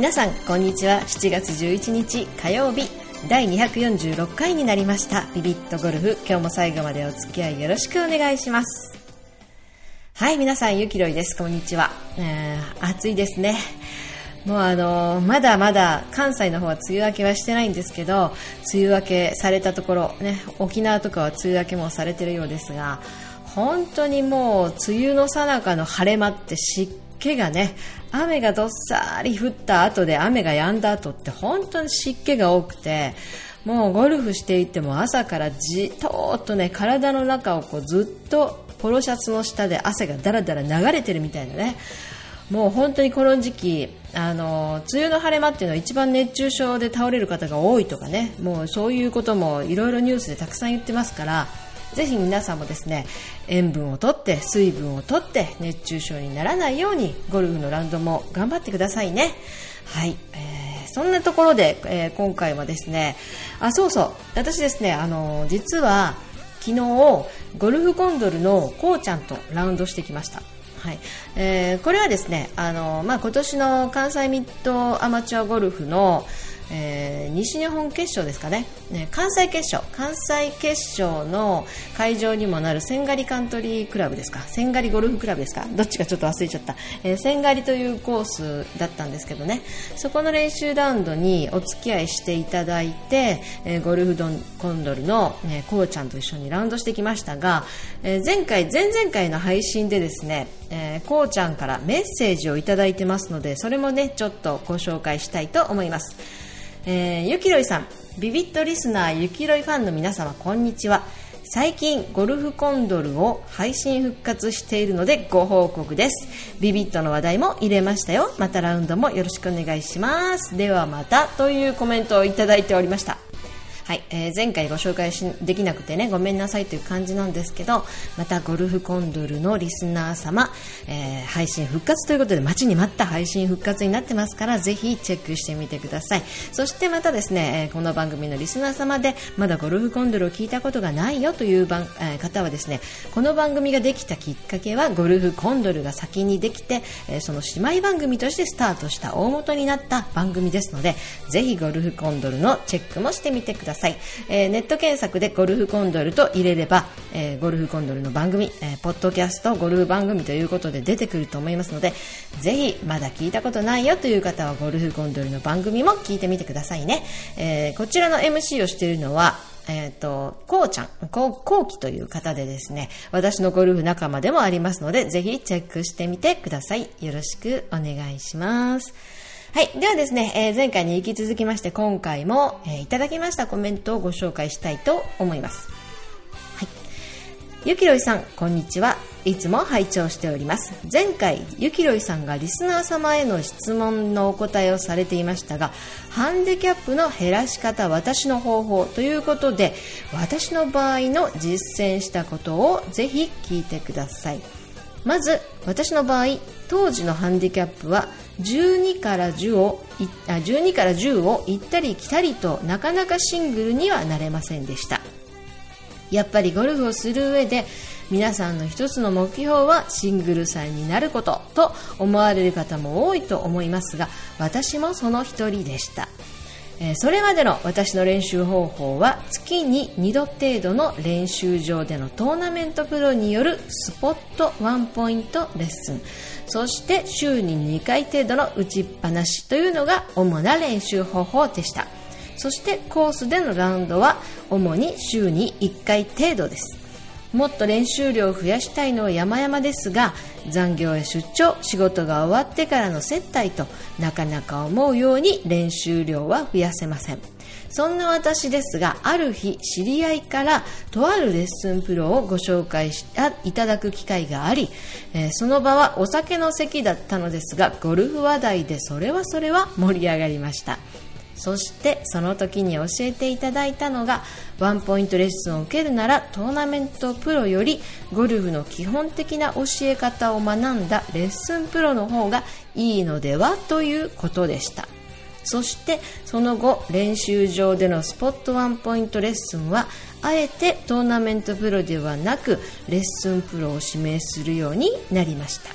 皆さんこんにちは。7月11日火曜日、第246回になりましたビビットゴルフ。今日も最後までお付き合いよろしくお願いします。はい、皆さんゆきろいです。こんにちは。暑いですね。もうまだまだ関西の方は梅雨明けはしてないんですけど、梅雨明けされたところね、沖縄とかは梅雨明けもされているようですが、本当にもう梅雨の最中の晴れ間って湿気がね、雨がどっさり降った後で雨が止んだ後って本当に湿気が多くて、もうゴルフしていても朝からじとーっとね、体の中をこうずっとポロシャツの下で汗がだらだら流れてるみたいなね。もう本当にこの時期梅雨の晴れ間っていうのは一番熱中症で倒れる方が多いとかね、もうそういうこともいろいろニュースでたくさん言ってますから、ぜひ皆さんもですね、塩分をとって水分をとって熱中症にならないようにゴルフのラウンドも頑張ってくださいね。はい、そんなところで、今回はですね、私ですね、実は昨日ゴルフコンドルのこうちゃんとラウンドしてきました。はい、これはですね、今年の関西ミッドアマチュアゴルフの西日本決勝ですかね、関西決勝の会場にもなる千狩カントリークラブですか、千狩ゴルフクラブですか、どっちかちょっと忘れちゃった、千狩というコースだったんですけどね、そこの練習ラウンドにお付き合いしていただいて、ゴルフコンドルの、こうちゃんと一緒にラウンドしてきましたが、前々回の配信でですね、こうちゃんからメッセージをいただいてますので、それもねちょっとご紹介したいと思います。ゆきろいさん、ビビットリスナーゆきろいファンの皆様こんにちは。最近ゴルフコンドルを配信復活しているのでご報告です。ビビットの話題も入れましたよ。またラウンドもよろしくお願いします。ではまた、というコメントをいただいておりました。はい、前回ご紹介できなくてね、ごめんなさいという感じなんですけど、またゴルフコンドルのリスナー様、配信復活ということで、待ちに待った配信復活になってますから、ぜひチェックしてみてください。そしてまたですね、この番組のリスナー様でまだゴルフコンドルを聞いたことがないよという方はですね、この番組ができたきっかけはゴルフコンドルが先にできて、その姉妹番組としてスタートした大元になった番組ですので、ぜひゴルフコンドルのチェックもしてみてください。ネット検索でゴルフコンドルと入れれば、ゴルフコンドルの番組、ポッドキャストゴルフ番組ということで出てくると思いますので、ぜひまだ聞いたことないよという方はゴルフコンドルの番組も聞いてみてくださいね。こちらの MC をしているのはこうちゃん、こうきという方でですね、私のゴルフ仲間でもありますので、ぜひチェックしてみてください。よろしくお願いします。はい。ではですね、前回に引き続きまして、今回も、いただきましたコメントをご紹介したいと思います。はい。ゆきろいさん、こんにちは。いつも拝聴しております。前回、ゆきろいさんがリスナー様への質問のお答えをされていましたが、ハンデキャップの減らし方、私の方法ということで、私の場合の実践したことをぜひ聞いてください。まず、私の場合、当時のハンディキャップは12から10を行ったり来たりと、なかなかシングルにはなれませんでした。やっぱりゴルフをする上で、皆さんの一つの目標はシングルさんになることと思われる方も多いと思いますが、私もその一人でした。それまでの私の練習方法は、月に2度程度の練習場でのトーナメントプロによるスポットワンポイントレッスン、そして週に2回程度の打ちっぱなしというのが主な練習方法でした。そしてコースでのラウンドは主に週に1回程度です。もっと練習量を増やしたいのは山々ですが、残業や出張、仕事が終わってからの接待と、なかなか思うように練習量は増やせません。そんな私ですが、ある日知り合いからとあるレッスンプロをご紹介いただく機会があり、その場はお酒の席だったのですが、ゴルフ話題でそれは盛り上がりました。そしてその時に教えていただいたのが、ワンポイントレッスンを受けるならトーナメントプロよりゴルフの基本的な教え方を学んだレッスンプロの方がいいのではということでした。そしてその後、練習場でのスポットワンポイントレッスンはあえてトーナメントプロではなくレッスンプロを指名するようになりました。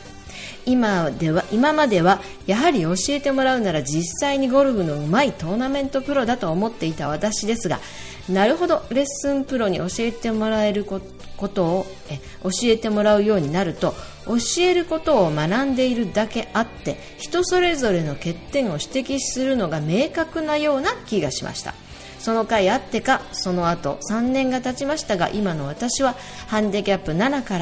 今まではやはり教えてもらうなら実際にゴルフの上手いトーナメントプロだと思っていた私ですが、なるほど、レッスンプロに教えてもらえることを教えてもらうようになると、教えることを学んでいるだけあって人それぞれの欠点を指摘するのが明確なような気がしました。その回あってか、その後3年が経ちましたが、今の私はハンデキャップ7から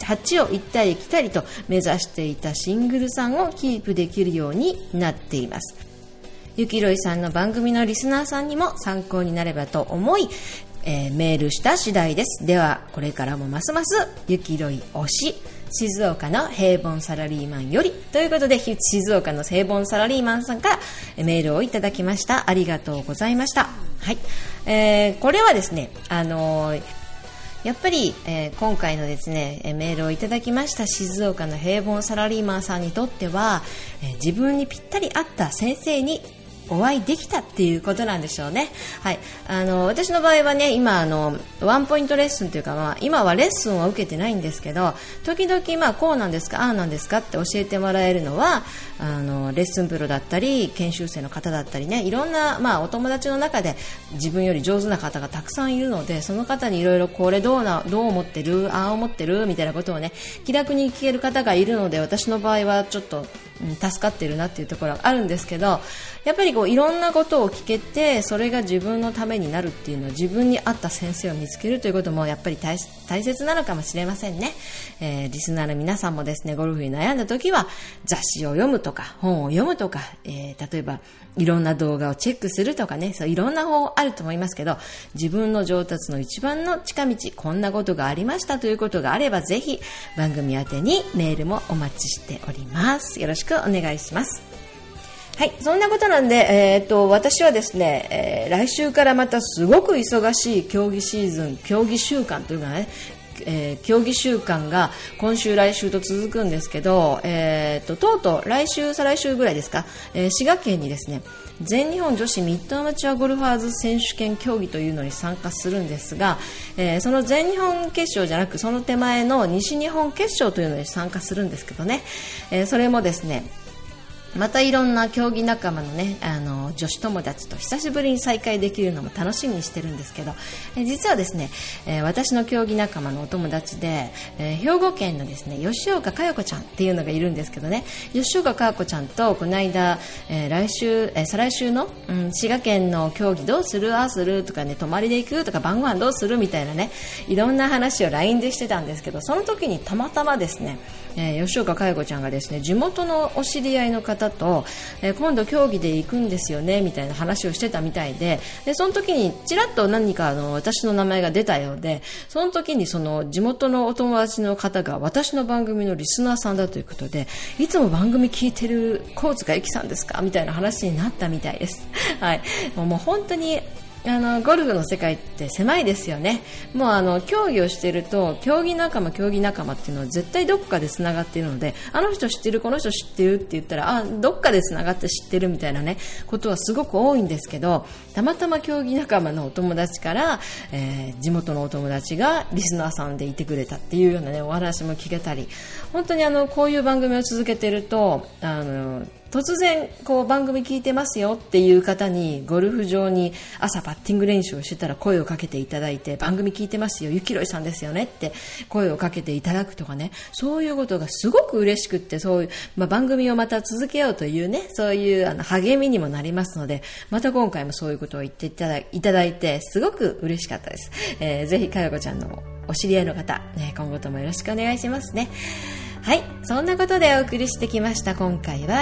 8を行ったり来たりと目指していたシングル3をキープできるようになっています。ゆきろいさんの番組のリスナーさんにも参考になればと思い、メールした次第です。ではこれからもますますゆきろい推し、静岡の平凡サラリーマンよりということで、静岡の平凡サラリーマンさんからメールをいただきました。ありがとうございました。はい、これはですね、やっぱり、今回のですねメールをいただきました静岡の平凡サラリーマンさんにとっては、自分にぴったり合った先生にお会いできたっていうことなんでしょうね。はい、私の場合はね、今ワンポイントレッスンというか、今はレッスンを受けてないんですけど、時々こうなんですか、ああなんですかって教えてもらえるのはレッスンプロだったり研修生の方だったりね、いろんな、お友達の中で自分より上手な方がたくさんいるので、その方にいろいろこれどう思ってる、ああ思ってるみたいなことをね気楽に聞ける方がいるので、私の場合はちょっと助かっているなっていうところがあるんですけど、やっぱりいろんなことを聞けて、それが自分のためになるっていうのは、自分に合った先生を見つけるということもやっぱり大切なのかもしれませんね。リスナーの皆さんもですね、ゴルフに悩んだ時は雑誌を読むとか本を読むとか、例えばいろんな動画をチェックするとかね、そういろんな方法あると思いますけど、自分の上達の一番の近道、こんなことがありましたということがあれば、ぜひ番組宛てにメールもお待ちしております。よろしくお願いします。はい、そんなことなんで、私はですね、来週からまたすごく忙しい競技シーズン、競技週間というかね、競技週間が今週来週と続くんですけど、とうとう来週再来週ぐらいですか、滋賀県にですね、全日本女子ミッドアマチュアゴルファーズ選手権競技というのに参加するんですが、その全日本決勝じゃなく、その手前の西日本決勝というのに参加するんですけどね、それもですね、またいろんな競技仲間のね、女子友達と久しぶりに再会できるのも楽しみにしてるんですけど、実はですね、私の競技仲間のお友達で、兵庫県のですね、吉岡佳代子ちゃんっていうのがいるんですけどね、吉岡佳代子ちゃんとこの間、再来週の、滋賀県の競技どうする、ああするとかね、泊まりで行くとか晩ご飯どうするみたいなね、いろんな話を LINE でしてたんですけど、その時にたまたまですね、吉岡佳代子ちゃんがですね、地元のお知り合いの方と、今度競技で行くんですよねみたいな話をしてたみたいで、その時にちらっと何か私の名前が出たようで、その時にその地元のお友達の方が私の番組のリスナーさんだということで、いつも番組聞いてる高塚由紀さんですかみたいな話になったみたいです。はい、もう本当にゴルフの世界って狭いですよね。もう競技をしていると競技仲間っていうのは絶対どこかでつながっているので、あの人知ってる、この人知ってるって言ったら、どっかでつながって知ってるみたいなねことはすごく多いんですけど、たまたま競技仲間のお友達から、地元のお友達がリスナーさんでいてくれたっていうようなねお話も聞けたり、本当にこういう番組を続けていると突然番組聞いてますよっていう方にゴルフ場に朝パッティング練習をしてたら声をかけていただいて、番組聞いてますよ、ゆきろいさんですよねって声をかけていただくとかね、そういうことがすごく嬉しくって、そういう、番組をまた続けようというね、そういう励みにもなりますので、また今回もそういうことを言っていただいてすごく嬉しかったです。ぜひかよこちゃんのお知り合いの方、今後ともよろしくお願いしますね。はい、そんなことでお送りしてきました今回は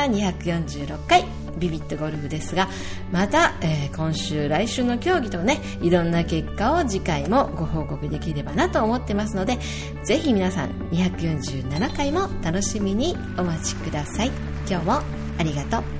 246回ビビットゴルフですが、また、今週来週の競技とね、いろんな結果を次回もご報告できればなと思ってますので、ぜひ皆さん247回も楽しみにお待ちください。今日もありがとう。